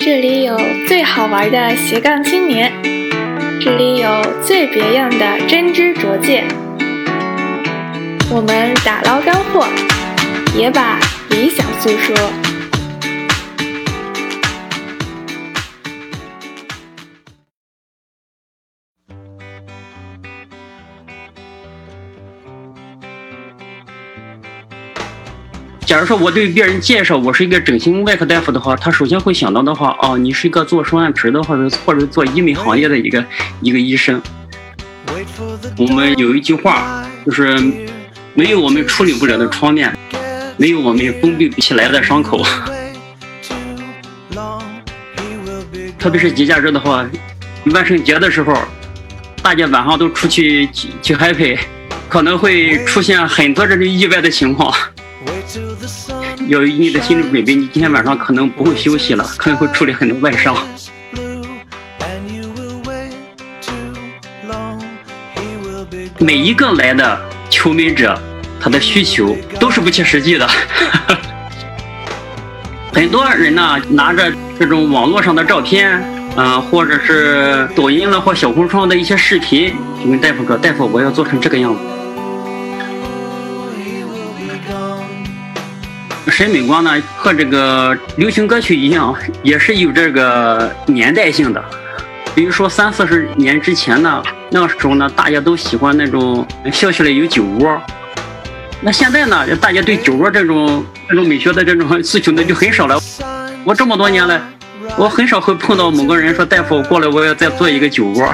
这里有最好玩的斜杠青年，这里有最别样的真知灼见。我们打捞干货，也把理想诉说。 假如说我对别人介绍我是一个整形外科大夫的话，他首先会想到的话，你是一个做双眼皮的或者做医美行业的一个医生。我们有一句话，就是没有我们处理不了的创面，没有我们封闭不起来的伤口。特别是节假日的话，万圣节的时候，大家晚上都出去happy， 可能会出现很多这种意外的情况。有你的心理准备，你今天晚上可能不会休息了，可能会处理很多外伤。每一个来的求美者，他的需求都是不切实际的。很多人呢，拿着这种网络上的照片，或者是抖音了或小红书上的一些视频，就跟大夫说：“大夫，我要做成这个样子。”审美观呢，和这个流行歌曲一样，也是有这个年代性的。比如说30-40年之前呢，那个时候呢，大家都喜欢那种笑起来有酒窝。那现在呢，大家对酒窝这种美学的这种诉求呢就很少了。我这么多年来，我很少会碰到某个人说：“大夫，过来，我要再做一个酒窝。”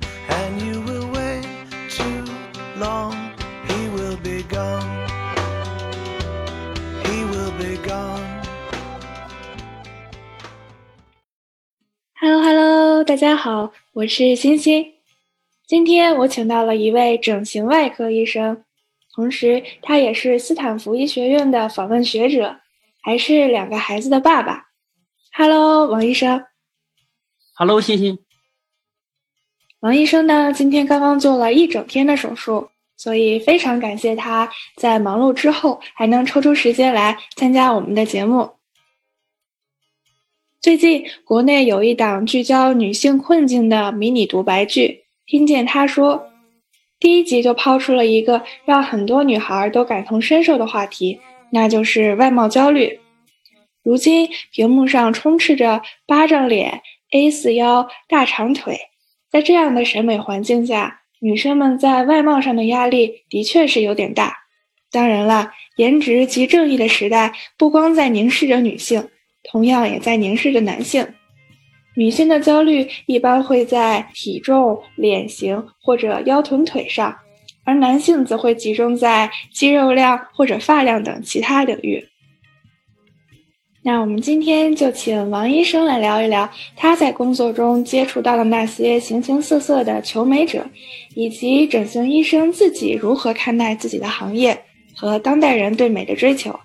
Hello， 大家好，我是欣欣。今天我请到了一位整形外科医生，同时他也是斯坦福医学院的访问学者，还是2个孩子的爸爸。Hello， 王医生。 Hello， 欣欣。 王医生呢，今天刚刚做了1整天的手术，所以非常感谢他在忙碌之后还能抽出时间来参加我们的节目。最近国内有一档聚焦女性困境的迷你独白剧，听见她说，第1集就抛出了一个让很多女孩都感同身受的话题，那就是外貌焦虑。如今屏幕上充斥着巴掌脸、A4 腰、大长腿，在这样的审美环境下，女生们在外貌上的压力的确是有点大。当然了，颜值即正义的时代不光在凝视着女性，同样也在凝视着男性。女性的焦虑一般会在体重、脸型或者腰臀腿上，而男性则会集中在肌肉量或者发量等其他领域。那我们今天就请王医生来聊一聊他在工作中接触到的那些形形色色的求美者，以及整形医生自己如何看待自己的行业和当代人对美的追求。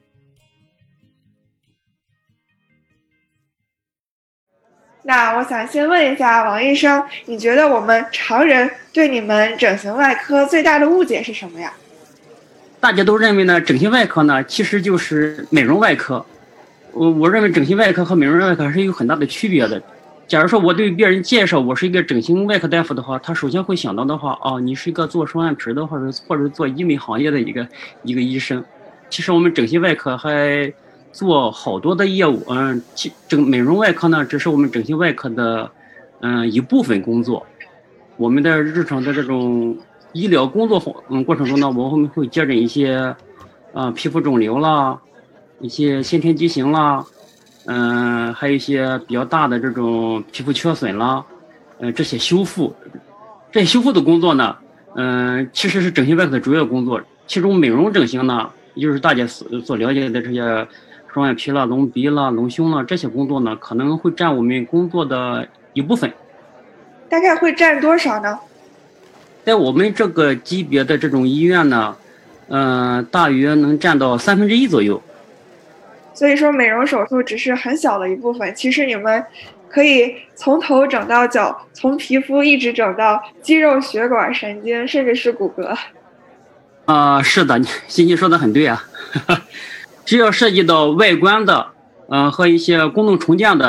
那我想先问一下王医生，你觉得我们常人对你们整形外科最大的误解是什么呀？ 大家都认为呢，整形外科呢其实就是美容外科。我认为整形外科和美容外科是有很大的区别的。假如说我对别人介绍我是一个整形外科大夫的话，他首先会想到的话，你是一个做双眼皮的或者做医美行业的一个医生。其实我们整形外科还做好多的业务，这个美容外科呢，只是我们整形外科的一部分工作。我们的日常的这种医疗工作过程中呢，我们会接诊一些皮肤肿瘤啦，一些先天畸形啦，还有一些比较大的这种皮肤缺损啦，这些修复的工作呢，其实是整形外科的主要工作。其中美容整形呢，也就是大家所了解的这些双眼皮啦、隆鼻啦、隆胸啦，这些工作呢，可能会占我们工作的一部分。 大概会占多少呢？ 在我们这个级别的这种医院呢，大约能占到1/3左右。 所以说美容手术只是很小的一部分，其实你们可以从头整到脚，从皮肤一直整到肌肉、血管、神经，甚至是骨骼。 是的，欣欣说的很对啊。只要涉及到外观的，和一些功能重建的，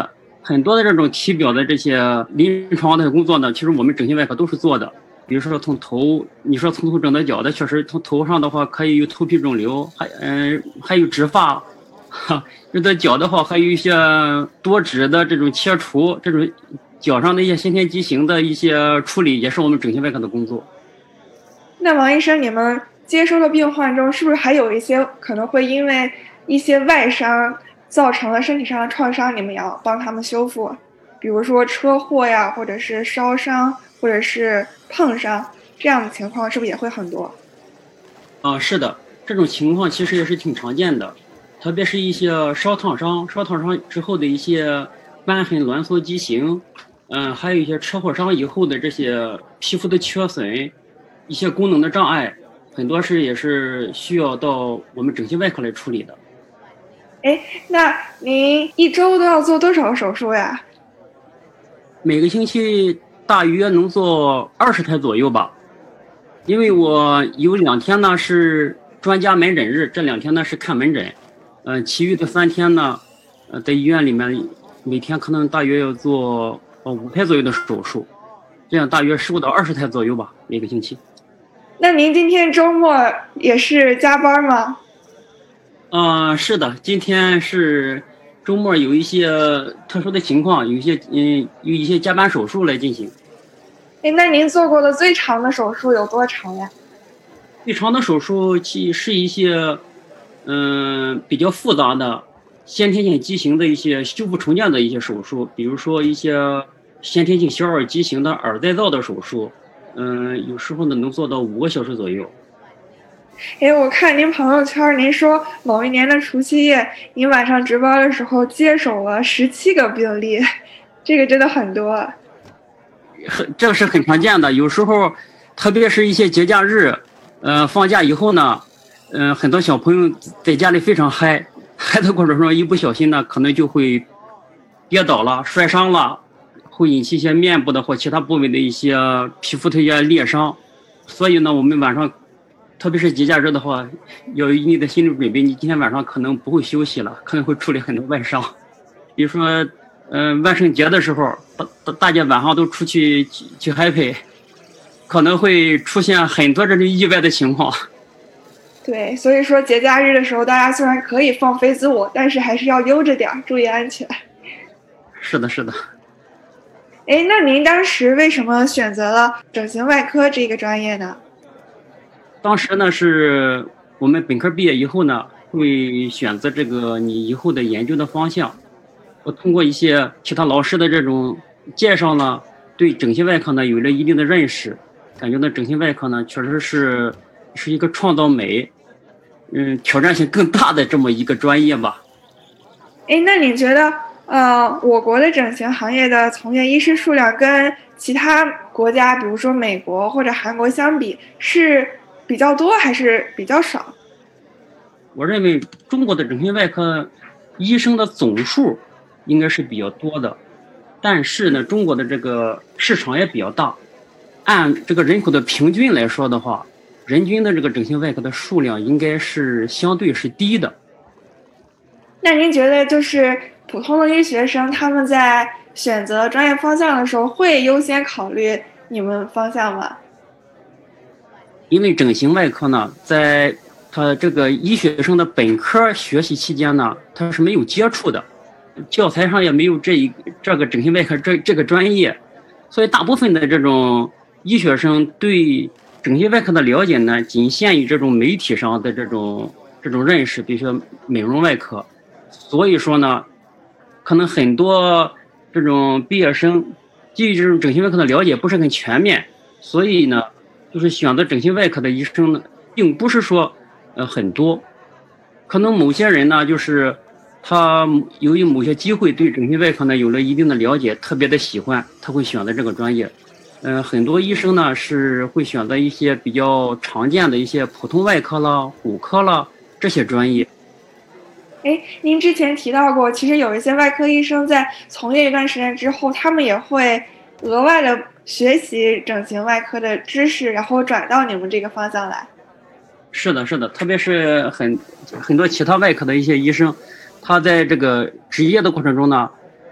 很多的这种体表的这些临床的工作呢，其实我们整形外科都是做的。比如说从头，你说从头整到脚的，确实从头上的话可以有头皮肿瘤，还有植发，有的脚的话还有一些多指的这种切除，这种脚上的一些先天畸形的一些处理，也是我们整形外科的工作。 那王医生，你们接收的病患中，是不是还有一些可能会因为一些外伤造成了身体上的创伤，你们要帮他们修复？比如说车祸呀，或者是烧伤，或者是碰伤，这样的情况是不是也会很多？ 是的，这种情况其实也是挺常见的，特别是一些烧烫伤之后的一些瘢痕挛缩畸形，还有一些车祸伤以后的这些皮肤的缺损，一些功能的障碍，很多也是需要到我们整形外科来处理的。 那您一周都要做多少手术呀？ 每个星期大约能做20台左右吧，因为我有2天呢是专家门诊日，这2天呢是看门诊，其余的3天呢，在医院里面每天可能大约要做5台左右的手术，这样大约15到20台左右吧，每个星期。 那您今天周末也是加班吗？ 是的，今天是周末，有一些特殊的情况，有一些加班手术来进行。 那您做过的最长的手术有多长呀？ 最长的手术是一些比较复杂的先天性畸形的一些修复重建的一些手术，比如说一些先天性小耳畸形的耳再造的手术，有时候呢能做到5个小时左右。 我看您朋友圈，您说某一年的除夕夜，您晚上值班的时候接手了17个病例，这个真的很多。 这个是很常见的，有时候特别是一些节假日，放假以后呢，很多小朋友在家里非常嗨的过程中，一不小心呢，可能就会跌倒了、摔伤了，会引起一些面部的或其他部位的一些皮肤的一些裂伤。所以呢，我们晚上，特别是节假日的话，要有一定的心理准备，你今天晚上可能不会休息了，可能会处理很多外伤，比如说，万圣节的时候，大家晚上都出去happy，可能会出现很多这种意外的情况。 对，所以说节假日的时候，大家虽然可以放飞自我，但是还是要悠着点，注意安全。 是的，是的。 那您当时为什么选择了整形外科这个专业呢？ 当时呢，是我们本科毕业以后呢，会选择这个你以后的研究的方向。我通过一些其他老师的这种介绍呢，对整形外科呢有了一定的认识，感觉到整形外科呢确实是一个创造美，挑战性更大的这么一个专业吧。 那你觉得我国的整形行业的从业医师数量跟其他国家，比如说美国或者韩国相比，是比较多还是比较少？ 我认为中国的整形外科医生的总数应该是比较多的，但是呢，中国的这个市场也比较大，按这个人口的平均来说的话，人均的这个整形外科的数量应该是相对是低的。 那您觉得就是普通的医学生他们在选择专业方向的时候会优先考虑你们方向吗？ 因为整形外科呢，在他这个医学生的本科学习期间呢，他是没有接触的，教材上也没有这个整形外科这个专业，所以大部分的这种医学生对整形外科的了解呢，仅限于这种媒体上的这种认识，比如说美容外科。所以说呢，可能很多这种毕业生对于这种整形外科的了解不是很全面，所以呢，就是选择整形外科的医生呢，并不是说很多，可能某些人呢，就是他由于某些机会对整形外科呢有了一定的了解，特别的喜欢，他会选择这个专业。很多医生呢是会选择一些比较常见的一些普通外科啦、骨科啦这些专业。 您之前提到过，其实有一些外科医生在从业一段时间之后，他们也会额外的学习整形外科的知识，然后转到你们这个方向来。 是的，是的，特别是很多其他外科的一些医生，他在这个执业的过程中呢，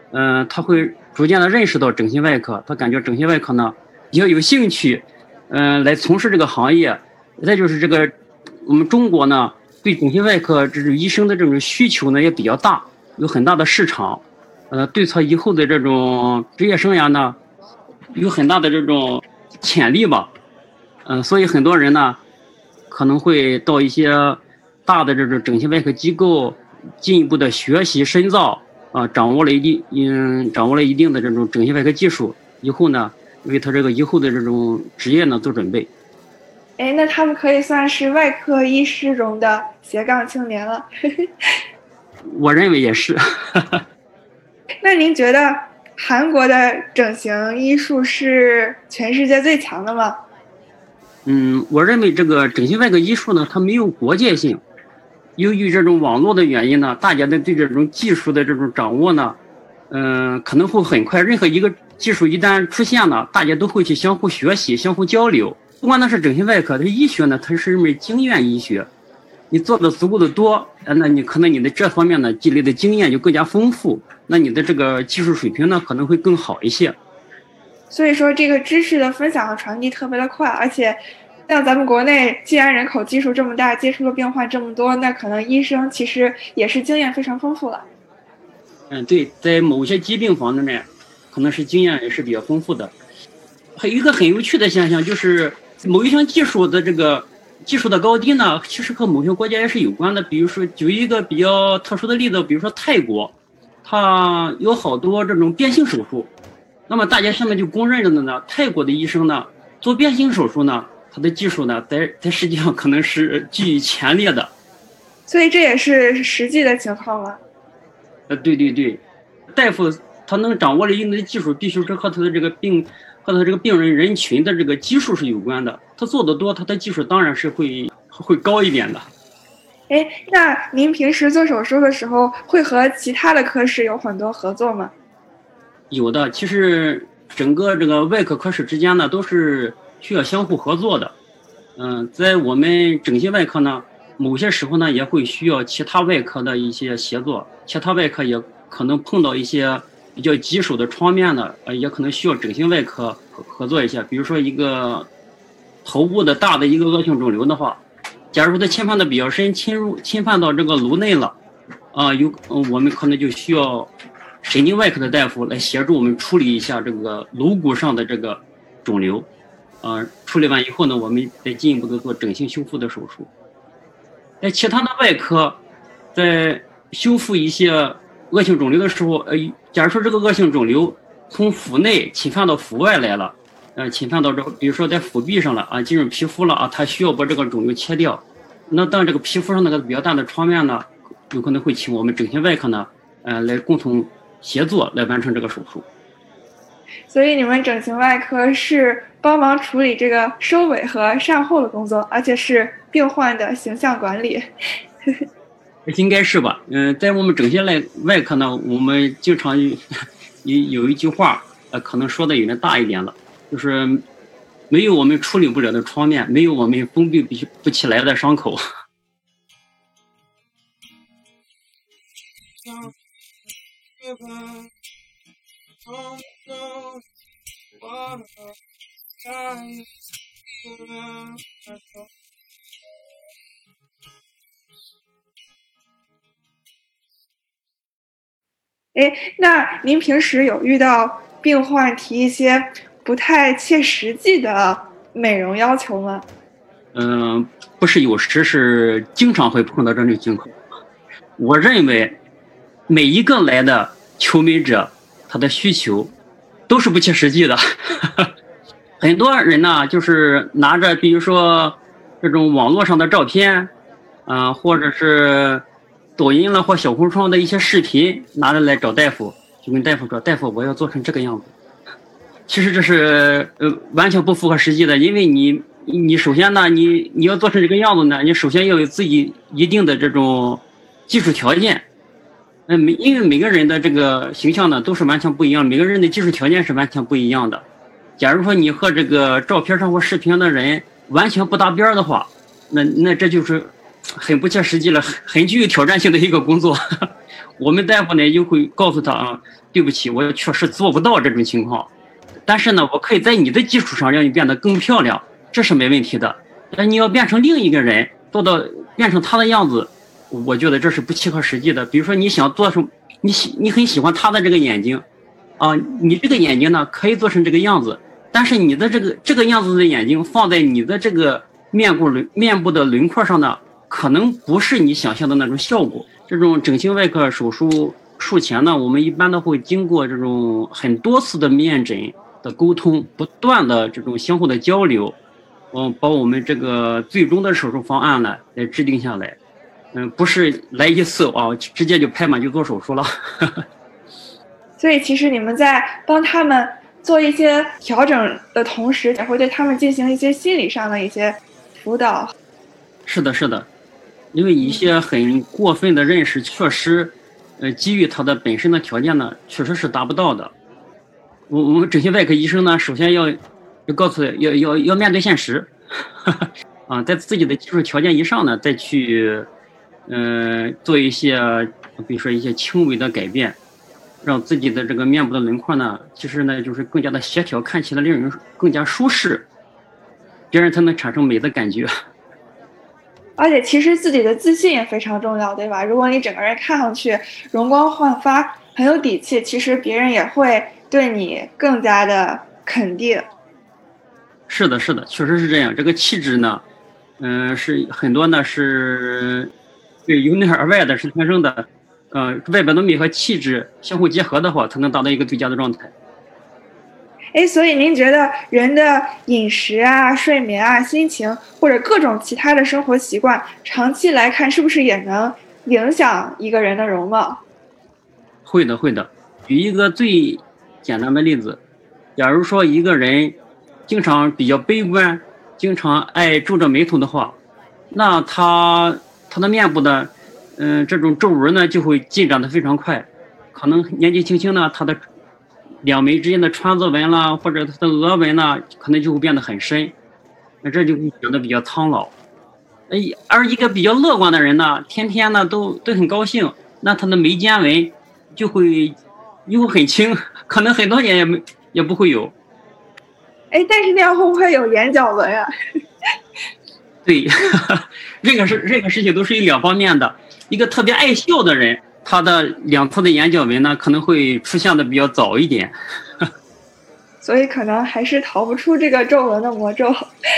他会逐渐的认识到整形外科，他感觉整形外科呢比较有兴趣，来从事这个行业。再就是这个我们中国呢对整形外科这种医生的这种需求呢也比较大，有很大的市场，对他以后的这种职业生涯呢有很大的这种潜力吧。所以很多人呢可能会到一些大的这种整形外科机构进一步的学习深造，掌握了一定的这种整形外科技术，以后呢为他这个以后的这种职业呢做准备。 那他们可以算是外科医师中的斜杠青年了。 我认为也是。 那您觉得韩国的整形医术是全世界最强的吗？ 我认为这个整形外科医术呢，它没有国界性。由于这种网络的原因呢，大家的对这种技术的这种掌握呢，可能会很快。任何一个技术一旦出现了，大家都会去相互学习、相互交流。不管那是整形外科，它医学呢，它是一门经验医学。你做的足够的多，那你可能你的这方面呢积累的经验就更加丰富，那你的这个技术水平呢可能会更好一些。 所以说这个知识的分享和传递特别的快，而且像咱们国内既然人口基数这么大，接触的病患这么多，那可能医生其实也是经验非常丰富了。 对，在某些疾病方面可能是经验也是比较丰富的。还有一个很有趣的现象，就是某一项技术的这个技术的高低呢，其实和某些国家也是有关的。比如说举一个比较特殊的例子，比如说泰国，它有好多这种变性手术。那么大家现在就公认着的呢，泰国的医生呢做变性手术呢，他的技术呢在世界上可能是居前列的。 所以这也是实际的情况吗？ 对，大夫他能掌握了一定的技术，必须是和他的这个病人人群的这个基数是有关的。他做的多，他的技术当然是会高一点的。 那您平时做手术的时候会和其他的科室有很多合作吗？ 有的，其实整个这个外科科室之间呢都是需要相互合作的。在我们整形外科呢，某些时候呢也会需要其他外科的一些协作，其他外科也可能碰到一些比较棘手的创面的，也可能需要整形外科合作一下。比如说一个头部的大的一个恶性肿瘤的话，假如说它侵犯的比较深，侵犯到这个颅内了，我们可能就需要神经外科的大夫来协助我们处理一下这个颅骨上的这个肿瘤，处理完以后呢，我们再进一步的做整形修复的手术。在其他的外科，在修复一些恶性肿瘤的时候，假如说这个恶性肿瘤从腹内侵犯到腹外来了，侵犯到比如说在腹壁上了进入皮肤了它需要把这个肿瘤切掉。那当这个皮肤上那个比较大的创面呢，有可能会请我们整形外科呢，来共同协作来完成这个手术。 所以你们整形外科是帮忙处理这个收尾和善后的工作，而且是病患的形象管理。 应该是吧？在我们整形外科呢，我们经常有一句话，可能说的有点大一点了，就是没有我们处理不了的创面，没有我们封闭不起来的伤口。 那您平时有遇到病患提一些不太切实际的美容要求吗？ 不是，有时是经常会碰到这种情况。我认为每一个来的求美者，他的需求都是不切实际的。很多人呢，就是拿着比如说这种网络上的照片，或者是抖音了或小红书上的一些视频，拿着来找大夫，就跟大夫说：“大夫，我要做成这个样子。”其实这是完全不符合实际的，因为你首先呢，你要做成这个样子呢，你首先要有自己一定的这种技术条件。因为每个人的这个形象呢都是完全不一样，每个人的技术条件是完全不一样的。假如说你和这个照片上或视频的人完全不搭边的话，那这就是很不切实际了，很具有挑战性的一个工作。 我们大夫呢就会告诉他啊，对不起，我确实做不到这种情况，但是呢，我可以在你的基础上让你变得更漂亮，这是没问题的。但你要变成另一个人，变成他的样子，我觉得这是不切合实际的。比如说你想做成，你很喜欢他的这个眼睛，啊，你这个眼睛呢可以做成这个样子，但是你的这个样子的眼睛放在你的这个面部的轮廓上呢，可能不是你想象的那种效果。这种整形外科手术前呢，我们一般都会经过这种很多次的面诊的沟通，不断的这种相互的交流，把我们这个最终的手术方案呢来制定下来。不是来一次啊，直接就拍板就做手术了。 所以其实你们在帮他们做一些调整的同时，也会对他们进行一些心理上的一些辅导。 是的，是的，因为一些很过分的认识，确实，基于他的本身的条件呢，确实是达不到的。我们整形外科医生呢，首先要告诉要面对现实，啊，在自己的技术条件以上呢，再去，做一些，比如说一些轻微的改变，让自己的这个面部的轮廓呢，其实呢就是更加的协调，看起来令人更加舒适，别人才能产生美的感觉。 而且其实自己的自信也非常重要，对吧？如果你整个人看上去容光焕发，很有底气，其实别人也会对你更加的肯定。 是的，是的，确实是这样。这个气质呢，是很多呢是对由内而外的，是天生的。外表的美和气质相互结合的话，才能达到一个最佳的状态。 所以您觉得人的饮食啊、睡眠啊、心情或者各种其他的生活习惯，长期来看是不是也能影响一个人的容貌？ 会的，会的。举一个最简单的例子，假如说一个人经常比较悲观，经常爱皱着眉头的话，那他的面部的这种皱纹呢就会进展的非常快，可能年纪轻轻呢，他的两眉之间的川字纹啦，或者他的额纹呢，可能就会变得很深，那这就会显得比较苍老。而一个比较乐观的人呢，天天呢都很高兴，那他的眉间纹就会很轻，可能很多年也不会有。 但是那样会不会有眼角纹啊？ 对，任何事情都是两方面的。一个特别爱笑的人，他的两侧的眼角纹呢可能会出现的比较早一点。 所以可能还是逃不出这个皱纹的魔咒。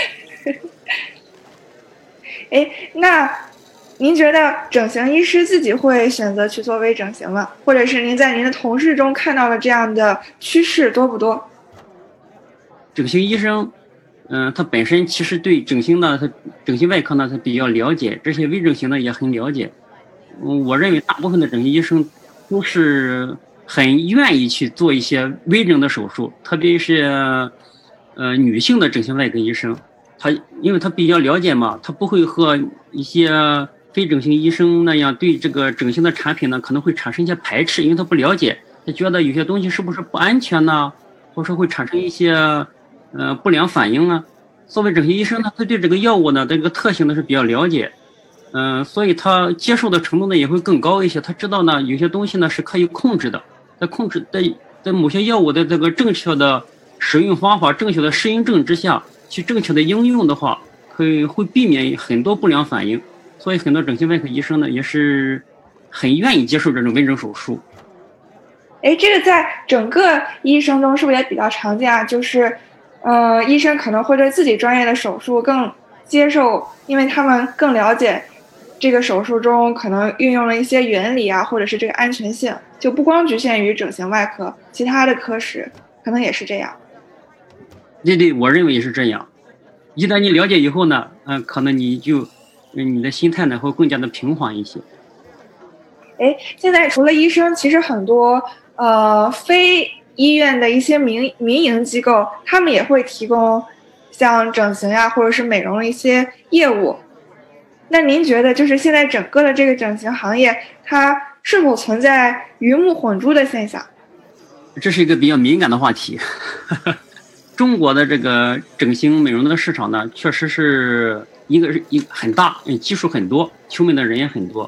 那您觉得整形医师自己会选择去做微整形吗？或者是您在您的同事中看到的这样的趋势多不多？ 整形医生，他本身其实对整形呢，他整形外科呢，他比较了解，这些微整形呢也很了解。我认为大部分的整形医生都是很愿意去做一些微整的手术，特别是女性的整形外科医生，因为他比较了解嘛，他不会和一些非整形医生那样对这个整形的产品呢可能会产生一些排斥，因为他不了解，他觉得有些东西是不是不安全呢，或者说会产生一些不良反应呢。作为整形医生呢，他对这个药物呢这个特性呢是比较了解。所以他接受的程度呢也会更高一些。他知道呢，有些东西呢是可以控制的，在某些药物的这个正确的使用方法、正确的适应症之下，去正确的应用的话，会避免很多不良反应。所以很多整形外科医生呢也是很愿意接受这种微整手术。 这个在整个医生中是不是也比较常见啊？就是医生可能会对自己专业的手术更接受，因为他们更了解这个手术中可能运用了一些原理啊，或者是这个安全性，就不光局限于整形外科，其他的科室可能也是这样。 对，我认为也是这样。一旦你了解以后呢，可能你的心态呢会更加的平缓一些。 现在除了医生，其实很多非医院的一些民营机构，他们也会提供像整形呀或者是美容的一些业务。那您觉得就是现在整个的这个整形行业，它是否存在鱼目混珠的现象？ 这是一个比较敏感的话题。中国的这个整形美容的市场呢，确实是一个很大，基数很多，求美的人也很多。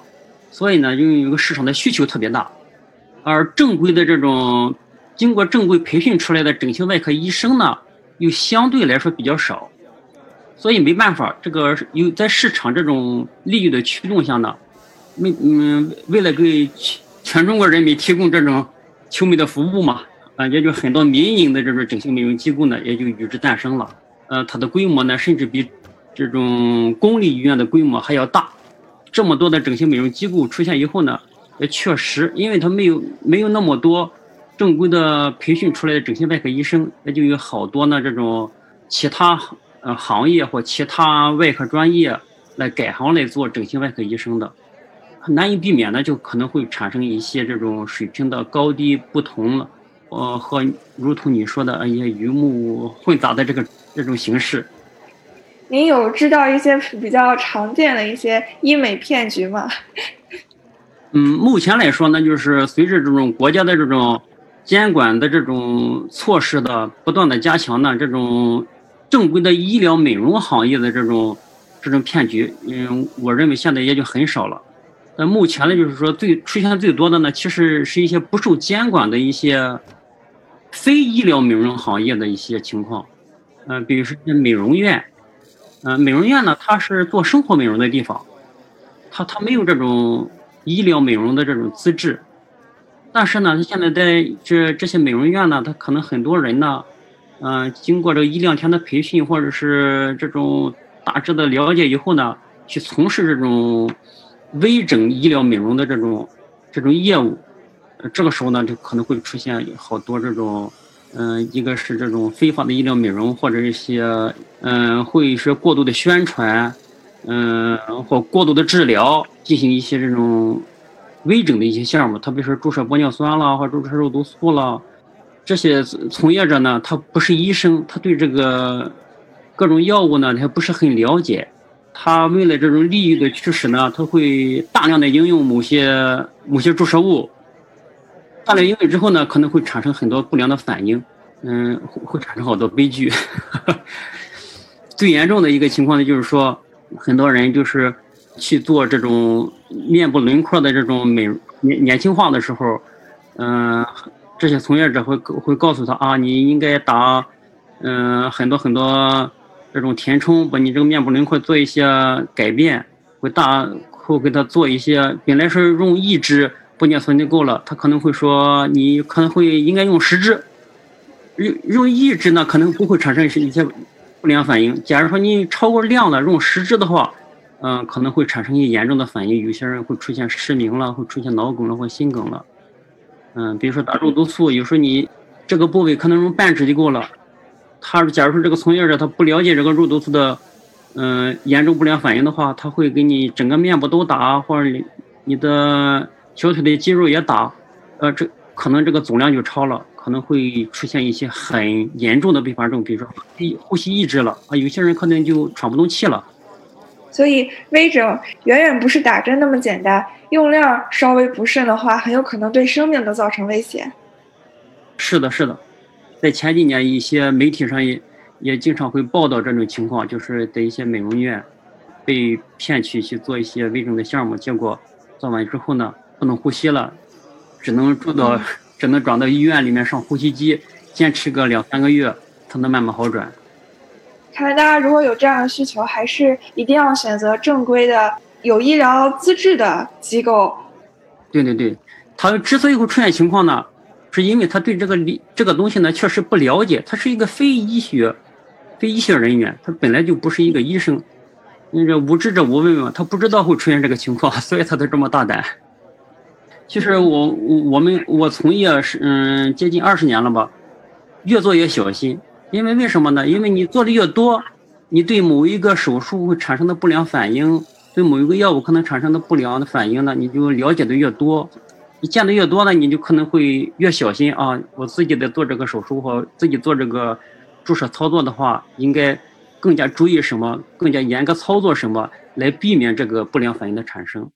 所以呢，就有一个市场的需求特别大，而正规的这种经过正规培训出来的整形外科医生呢，又相对来说比较少，所以没办法，这个有在市场这种利益的驱动下呢，为了给全中国人民提供这种求美的服务嘛，也就很多民营的这种整形美容机构呢，也就与之诞生了。它的规模呢，甚至比这种公立医院的规模还要大。这么多的整形美容机构出现以后呢，也确实，因为它没有那么多正规的培训出来的整形外科医生，也就有好多呢这种其他行业或其他外科专业来改行来做整形外科医生的，难以避免呢，就可能会产生一些这种水平的高低不同了，和如同你说的一些鱼目混杂的这种形式。 您有知道一些比较常见的一些医美骗局吗？ 目前来说呢，就是随着这种国家的这种监管的这种措施的不断的加强呢，这种正规的医疗美容行业的这种骗局，我认为现在也就很少了。但目前呢，就是说出现最多的呢，其实是一些不受监管的一些非医疗美容行业的一些情况，比如说美容院。美容院呢，它是做生活美容的地方，它没有这种医疗美容的这种资质。但是呢，现在在这些美容院呢，它可能很多人呢，经过这1-2天的培训，或者是这种大致的了解以后呢，去从事这种微整医疗美容的这种业务。这个时候呢，就可能会出现好多这种。一个是这种非法的医疗美容，或者一些会是过度的宣传，或过度的治疗，进行一些这种微整的一些项目，特别是注射玻尿酸啦，或者注射肉毒素啦，这些从业者呢，他不是医生，他对这个各种药物呢，他不是很了解，他为了这种利益的驱使呢，他会大量的应用某些注射物。大量应用之后呢，可能会产生很多不良的反应，会产生好多悲剧。最严重的一个情况呢，就是说，很多人就是去做这种面部轮廓的这种年轻化的时候，这些从业者会告诉他啊，你应该打，很多这种填充，把你这个面部轮廓做一些改变，会给他做一些，本来是用1支。玻尿酸就够了，他可能会说你可能应该用10支，用1支呢可能不会产生一些不良反应。假如说你超过量了，用10支的话，可能会产生一些严重的反应，有些人会出现失明了，会出现脑梗了或心梗了。比如说打肉毒素，有时候你这个部位可能用半支就够了。假如说这个从业者他不了解这个肉毒素的严重不良反应的话，他会给你整个面部都打，或者你的小腿的肌肉也打，这可能这个总量就超了，可能会出现一些很严重的并发症，比如说呼吸抑制了啊，有些人可能就喘不动气了。 所以微整远远不是打针那么简单，用量稍微不慎的话，很有可能对生命都造成危险。 是的，在前几年一些媒体上也经常会报道这种情况，就是在一些美容院被骗去做一些微整的项目，结果做完之后呢，不能呼吸了，只能转到医院里面上呼吸机，坚持个2-3个月才能慢慢好转。 看来大家如果有这样的需求，还是一定要选择正规的有医疗资质的机构。 对，他之所以会出现情况呢，是因为他对这个东西呢确实不了解，他是一个非医学人员，他本来就不是一个医生。这无知者无畏嘛，他不知道会出现这个情况，所以他才这么大胆。其实我从业接近20年了吧，越做越小心，因为什么呢？因为你做的越多，你对某一个手术会产生的不良反应，对某一个药物可能产生的不良的反应呢，你就了解的越多，你见的越多呢，你就可能会越小心啊。我自己在做这个手术或自己做这个注射操作的话，应该更加注意什么，更加严格操作什么，来避免这个不良反应的产生。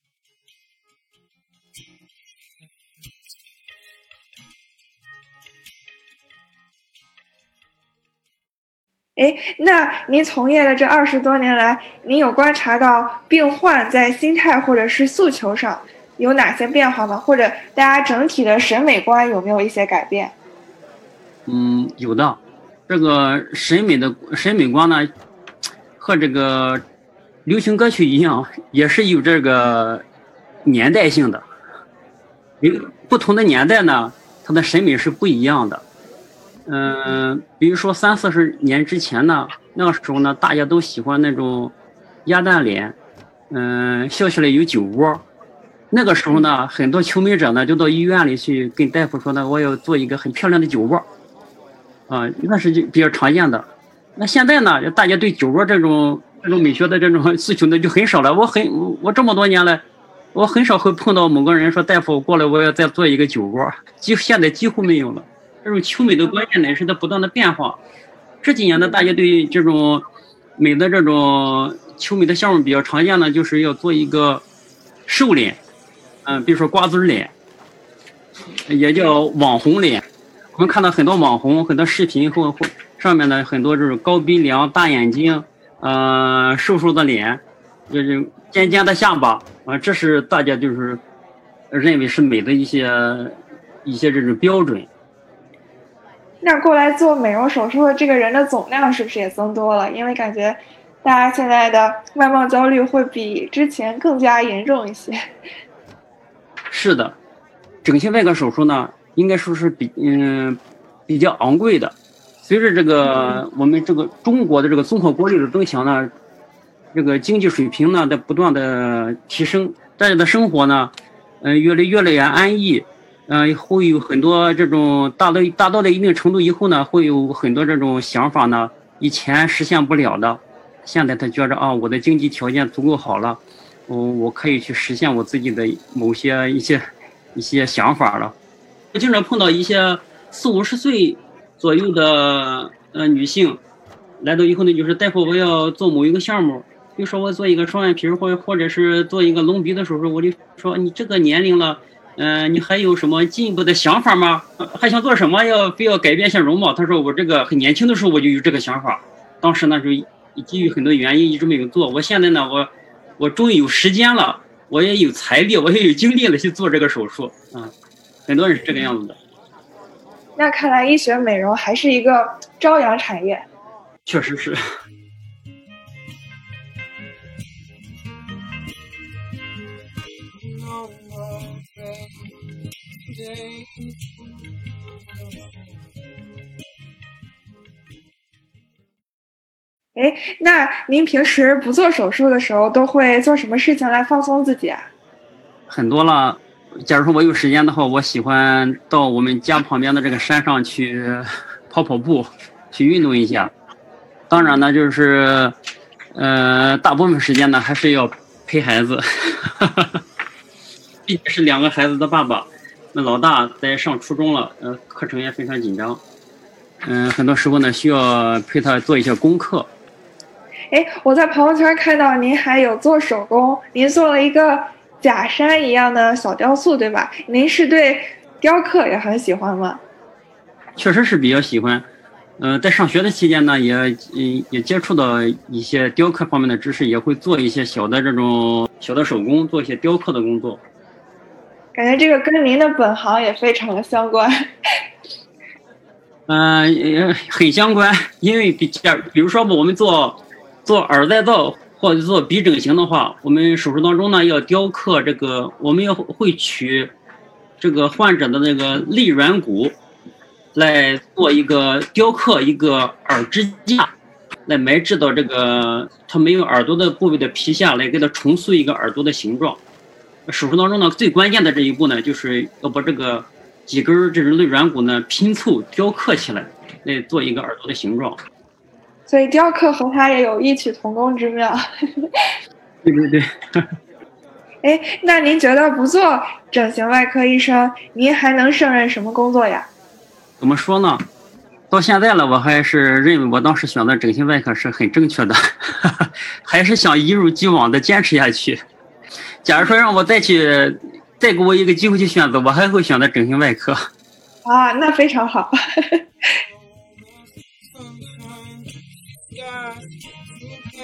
那您从业的这20多年来，您有观察到病患在心态或者是诉求上有哪些变化吗？或者大家整体的审美观有没有一些改变？ 有的。这个审美观呢，和这个流行歌曲一样，也是有这个年代性的。不同的年代呢，它的审美是不一样的。比如说30-40年之前呢，那个时候呢，大家都喜欢那种鸭蛋脸，笑起来有酒窝。那个时候呢，很多求美者呢就到医院里去跟大夫说呢，我要做一个很漂亮的酒窝，那是比较常见的。那现在呢，大家对酒窝这种美学的这种诉求呢就很少了。我这么多年来，我很少会碰到某个人说大夫过来我要再做一个酒窝，现在几乎没有了。这种求美的观念呢是在不断的变化。这几年呢，大家对这种美的这种求美的项目比较常见呢，就是要做一个瘦脸，比如说瓜子脸，也叫网红脸。我们看到很多网红、很多视频或上面的很多这种高鼻梁、大眼睛，瘦瘦的脸，就是尖尖的下巴，这是大家就是认为是美的一些这种标准。 那过来做美容手术的这个人的总量是不是也增多了？因为感觉大家现在的外貌焦虑会比之前更加严重一些。 是的，整形外科手术呢，应该说是比较昂贵的。随着这个我们这个中国的这个综合国力的增强呢，这个经济水平呢在不断的提升，大家的生活呢，越来越安逸。会有很多这种达到了一定程度以后呢，会有很多这种想法呢，以前实现不了的，现在他觉着我的经济条件足够好了，我可以去实现我自己的某些一些想法了。我经常碰到一些40-50岁左右的女性来到以后呢，就是大夫我要做某一个项目，比如说我做一个双眼皮或者是做一个隆鼻的手术，我就说你这个年龄了。你还有什么进一步的想法吗？还想做什么？非要改变一下容貌？他说我这个很年轻的时候我就有这个想法，当时呢就基于很多原因一直没有做。我现在呢我终于有时间了，我也有财力，我也有精力了去做这个手术。很多人是这个样子的。 那看来医学美容还是一个朝阳产业。 确实是。 那您平时不做手术的时候都会做什么事情来放松自己啊？ 很多了。假如说我有时间的话，我喜欢到我们家旁边的这个山上去跑步，去运动一下。当然呢，就是大部分时间呢还是要陪孩子，毕竟是2个孩子的爸爸。那老大在上初中了，课程也非常紧张，很多时候呢需要陪他做一些功课。 我在朋友圈看到您还有做手工，您做了一个假山一样的小雕塑，对吧？您是对雕刻也很喜欢吗？ 确实是比较喜欢。在上学的期间呢，也接触到一些雕刻方面的知识，也会做一些小的手工，做一些雕刻的工作。 感觉这个跟您的本行也非常的相关。 很相关，因为比如说我们做耳再造或者做鼻整形的话，我们手术当中呢要雕刻这个，我们会取这个患者的那个肋软骨来做一个雕刻一个耳支架，来埋置到这个它没有耳朵的部位的皮下，来给它重塑一个耳朵的形状。手术当中呢最关键的这一步呢，就是要把这个几根这种肋软骨呢拼凑雕刻起来，来做一个耳朵的形状。 所以雕刻和它也有异曲同工之妙。 对。 那您觉得不做整形外科医生，您还能胜任什么工作呀？ 怎么说呢？到现在了，我还是认为我当时选择整形外科是很正确的，还是想一如既往的坚持下去。假如说让我再给我一个机会去选择，我还会选择整形外科。 那非常好。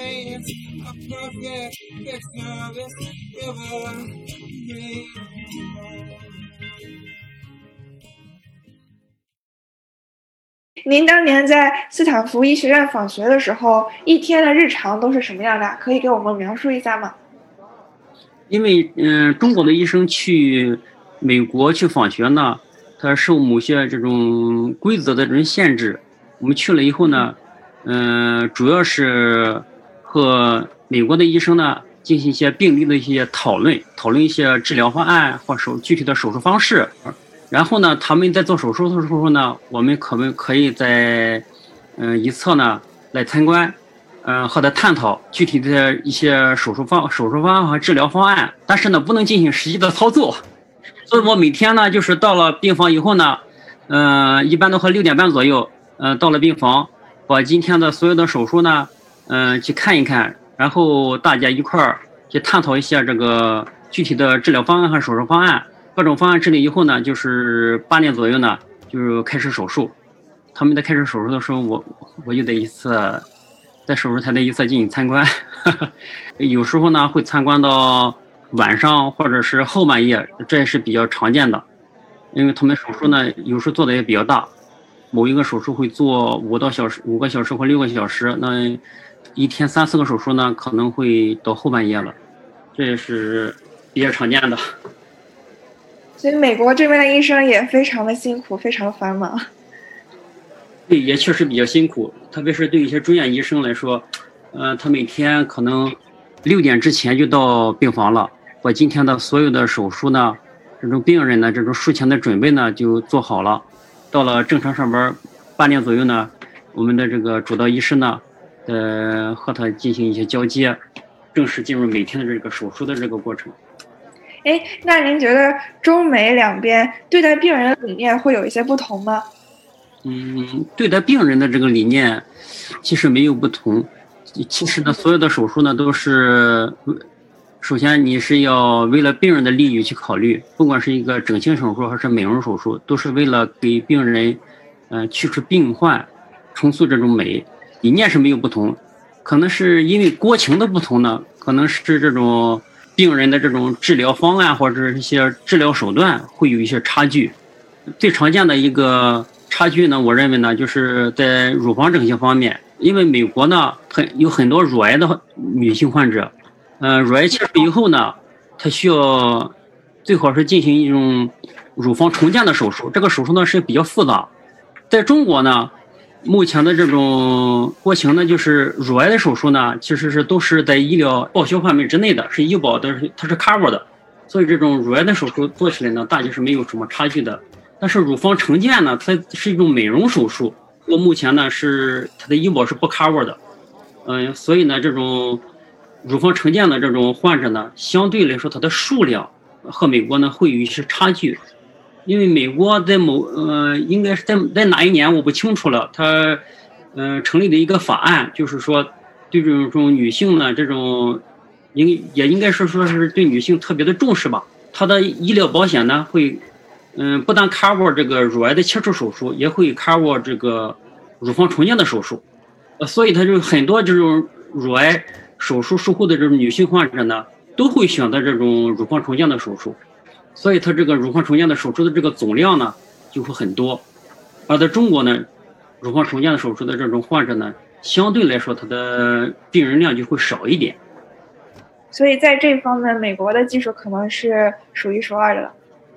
您当年在斯坦福医学院访学的时候，一天的日常都是什么样的？可以给我们描述一下吗？ 因为中国的医生去美国去访学呢，他受某些这种规则的这种限制。我们去了以后呢，主要是和美国的医生呢进行一些病例的一些讨论一些治疗方案或具体的手术方式。然后呢，他们在做手术的时候呢，我们可以在一侧呢来参观。和他探讨具体的一些手术方案和治疗方案，但是呢，不能进行实际的操作。所以我每天呢，就是到了病房以后呢，一般都和6点半左右，到了病房，把今天的所有的手术呢，去看一看，然后大家一块儿去探讨一下这个具体的治疗方案和手术方案。各种方案制定以后呢，就是8点左右呢，就开始手术。他们在开始手术的时候，我就得一次。在手术台的一侧进行参观，有时候呢会参观到晚上或者是后半夜，这也是比较常见的。因为他们手术呢有时做的也比较大，某一个手术会做5个小时或6个小时，那一天3、4个手术呢可能会到后半夜了，这也是比较常见的。 所以美国这边的医生也非常的辛苦，非常的繁忙。 对，也确实比较辛苦，特别是对一些住院医生来说，他每天可能6点之前就到病房了，把今天的所有的手术呢，这种病人呢，这种术前的准备呢就做好了。到了正常上班8点左右呢，我们的这个主刀医师呢，和他进行一些交接，正式进入每天的这个手术的这个过程。 那您觉得中美两边对待病人的理念会有一些不同吗？ 对待病人的这个理念其实没有不同。其实呢，所有的手术呢都是，首先你是要为了病人的利益去考虑，不管是一个整形手术还是美容手术，都是为了给病人去除病患，重塑这种美，理念是没有不同。可能是因为国情的不同呢，可能是这种病人的这种治疗方案或者一些治疗手段会有一些差距。最常见的一个差距呢，我认为呢，就是在乳房整形方面，因为美国呢有很多乳癌的女性患者，乳癌切除以后呢，她需要最好是进行一种乳房重建的手术，这个手术呢是比较复杂。在中国呢，目前的这种国情呢，就是乳癌的手术呢，其实是都是在医疗报销范围之内的，是医保的，它是 cover 的，所以这种乳癌的手术做起来呢，大家是没有什么差距的。但是乳房重建呢，它是一种美容手术，我目前呢是它的医保是不 cover 的，所以呢，这种乳房重建的这种患者呢，相对来说它的数量和美国呢会有一些差距，因为美国在应该是在哪一年我不清楚了，它成立的一个法案，就是说对这种女性呢，这种也应该是说是对女性特别的重视吧，它的医疗保险呢会。不但 cover 这个乳癌的切除手术，也会 cover 这个乳房重建的手术，所以他就很多这种乳癌手术术后的这种女性患者呢，都会选择这种乳房重建的手术，所以他这个乳房重建的手术的这个总量呢就会很多，而在中国呢，乳房重建的手术的这种患者呢，相对来说他的病人量就会少一点， 所以在这方面，美国的技术可能是数一数二的了。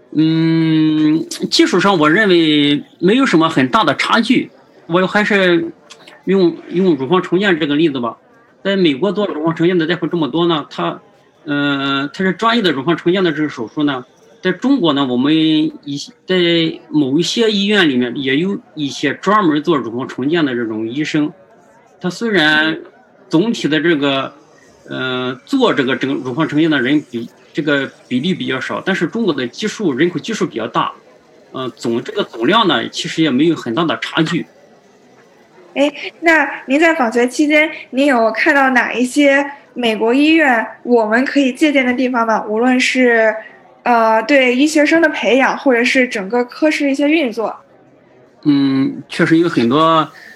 技术上我认为没有什么很大的差距。我还是用乳房重建这个例子吧。在美国做乳房重建的大夫这么多呢，他是专业的乳房重建的这个手术呢，在中国呢，我们在某一些医院里面也有一些专门做乳房重建的这种医生。他虽然总体的这个做这个乳房重建的人这个比例比较少，但是中国的人口基数比较大，这个总量呢，其实也没有很大的差距。 那您在访学期间，您有看到哪一些美国医院我们可以借鉴的地方吗？无论是对医学生的培养，或者是整个科室一些运作。 确实有很多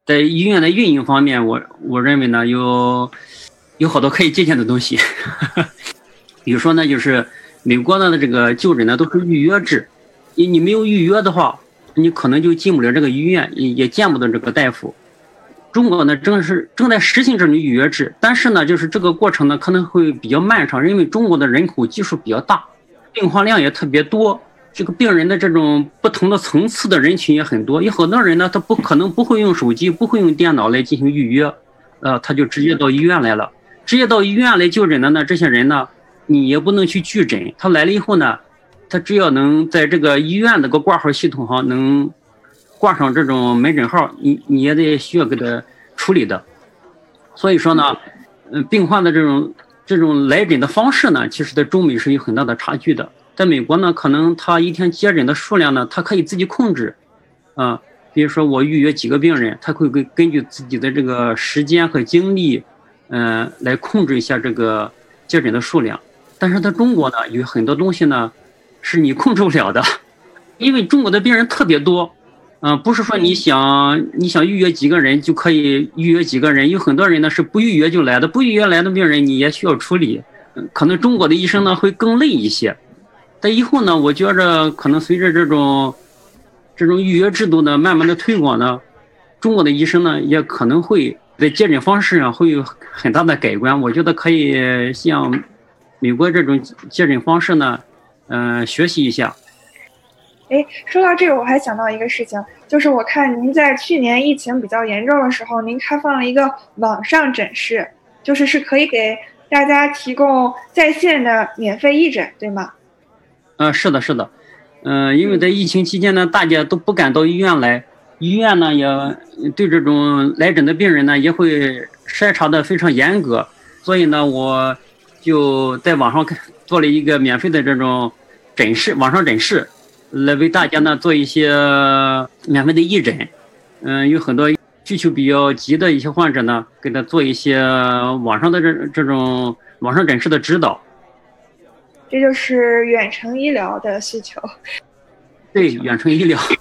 在医院的运营方面，我认为呢有好多可以借鉴的东西。比如说呢，就是美国的这个就诊呢都是预约制，你没有预约的话，你可能就进不了这个医院，也见不到这个大夫。中国呢正在实行这种预约制，但是呢，就是这个过程呢可能会比较漫长，因为中国的人口基数比较大，病患量也特别多，这个病人的这种不同的层次的人群也很多。有很多人呢，他可能不会用手机，不会用电脑来进行预约，他就直接到医院来了。直接到医院来就诊的呢，这些人呢，你也不能去拒诊，他来了以后呢，他只要能在这个医院这个挂号系统上能挂上这种门诊号，你也得需要给他处理的。所以说呢，病患的这种来诊的方式呢，其实在中美是有很大的差距的。在美国呢，可能他一天接诊的数量呢，他可以自己控制，比如说我预约几个病人，他会根据自己的这个时间和精力，来控制一下这个接诊的数量。但是在中国呢，有很多东西呢，是你控制不了的，因为中国的病人特别多。不是说你想预约几个人就可以预约几个人，有很多人呢是不预约就来的，不预约来的病人你也需要处理，可能中国的医生呢会更累一些。但以后呢，我觉着可能随着这种预约制度呢慢慢的推广呢，中国的医生呢也可能会在接诊方式上会有很大的改观。我觉得可以向美国这种接诊方式呢，学习一下。 说到这个，我还想到一个事情，就是我看您在去年疫情比较严重的时候，您开放了一个网上诊室，是可以给大家提供在线的免费义诊，对吗？ 是的，是的，因为在疫情期间呢，大家都不敢到医院来，医院呢也对这种来诊的病人呢也会筛查的非常严格，所以呢，我就在网上做了一个免费的这种诊室，网上诊室。来为大家呢做一些免费的义诊，有很多需求比较急的一些患者呢，给他做一些网上的这种网上诊室的指导。 这就是远程医疗的需求。 对，远程医疗。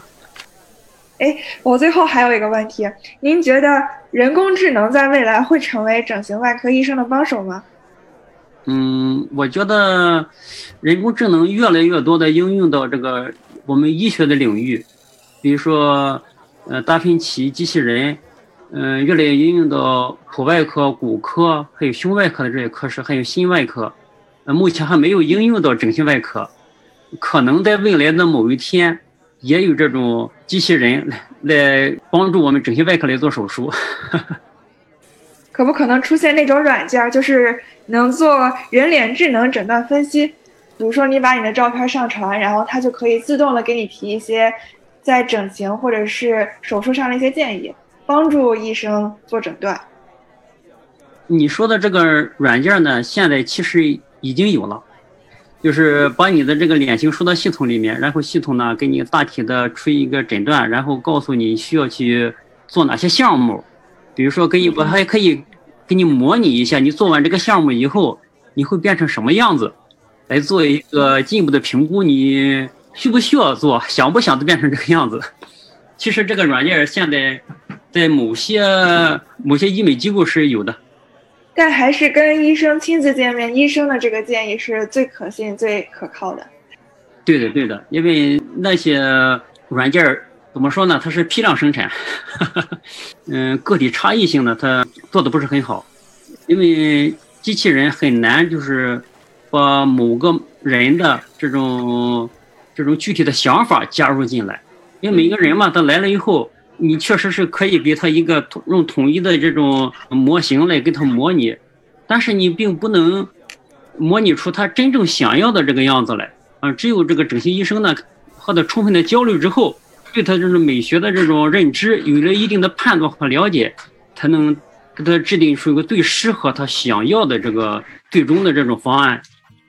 我最后还有一个问题，您觉得人工智能在未来会成为整形外科医生的帮手吗？ 我觉得人工智能越来越多的应用到这个我们医学的领域，比如说达芬奇机器人，越来越应用到普外科、骨科还有胸外科的这些科室，还有心外科，目前还没有应用到整形外科，可能在未来的某一天也有这种机器人来帮助我们整形外科来做手术。 可不可能出现那种软件，就是能做人脸智能诊断分析？比如说你把你的照片上传，然后它就可以自动的给你提一些在整形或者是手术上的一些建议，帮助医生做诊断。 你说的这个软件呢，现在其实已经有了，就是把你的这个脸型输到系统里面，然后系统呢给你大体的出一个诊断，然后告诉你需要去做哪些项目。比如说我还可以给你模拟一下，你做完这个项目以后你会变成什么样子，来做一个进一步的评估，你需不需要做，想不想变成这个样子。其实这个软件现在在某些医美机构是有的， 但还是跟医生亲自见面，医生的这个建议是最可信最可靠的。 对的，因为那些软件怎么说呢？它是批量生产，个体差异性呢，它做的不是很好，因为机器人很难就是把某个人的这种具体的想法加入进来，因为每个人嘛，他来了以后，你确实是可以给他一个用统一的这种模型来给他模拟，但是你并不能模拟出他真正想要的这个样子来只有这个整形医生呢，和他充分的交流之后，对他这种美学的这种认知有了一定的判断和了解，才能给他制定出一个最适合他想要的这个最终的这种方案。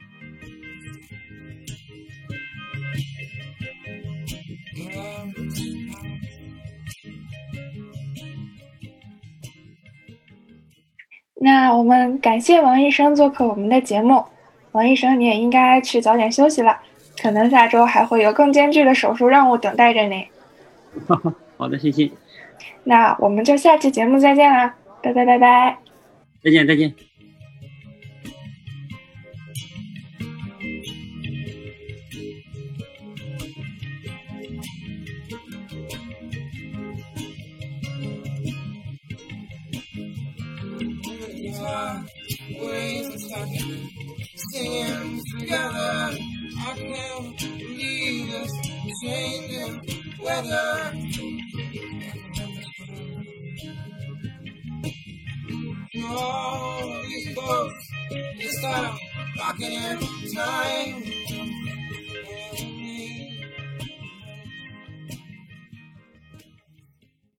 那我们感谢王医生做客我们的节目。王医生，你也应该去早点休息了，可能下周还会有更艰巨的手术任务等待着你。 好的，谢谢。 那我们就下期节目再见啦，拜拜拜拜， 再见再见。 Singing together, I can't believe this changing weather. All these boats, they stop rocking in time.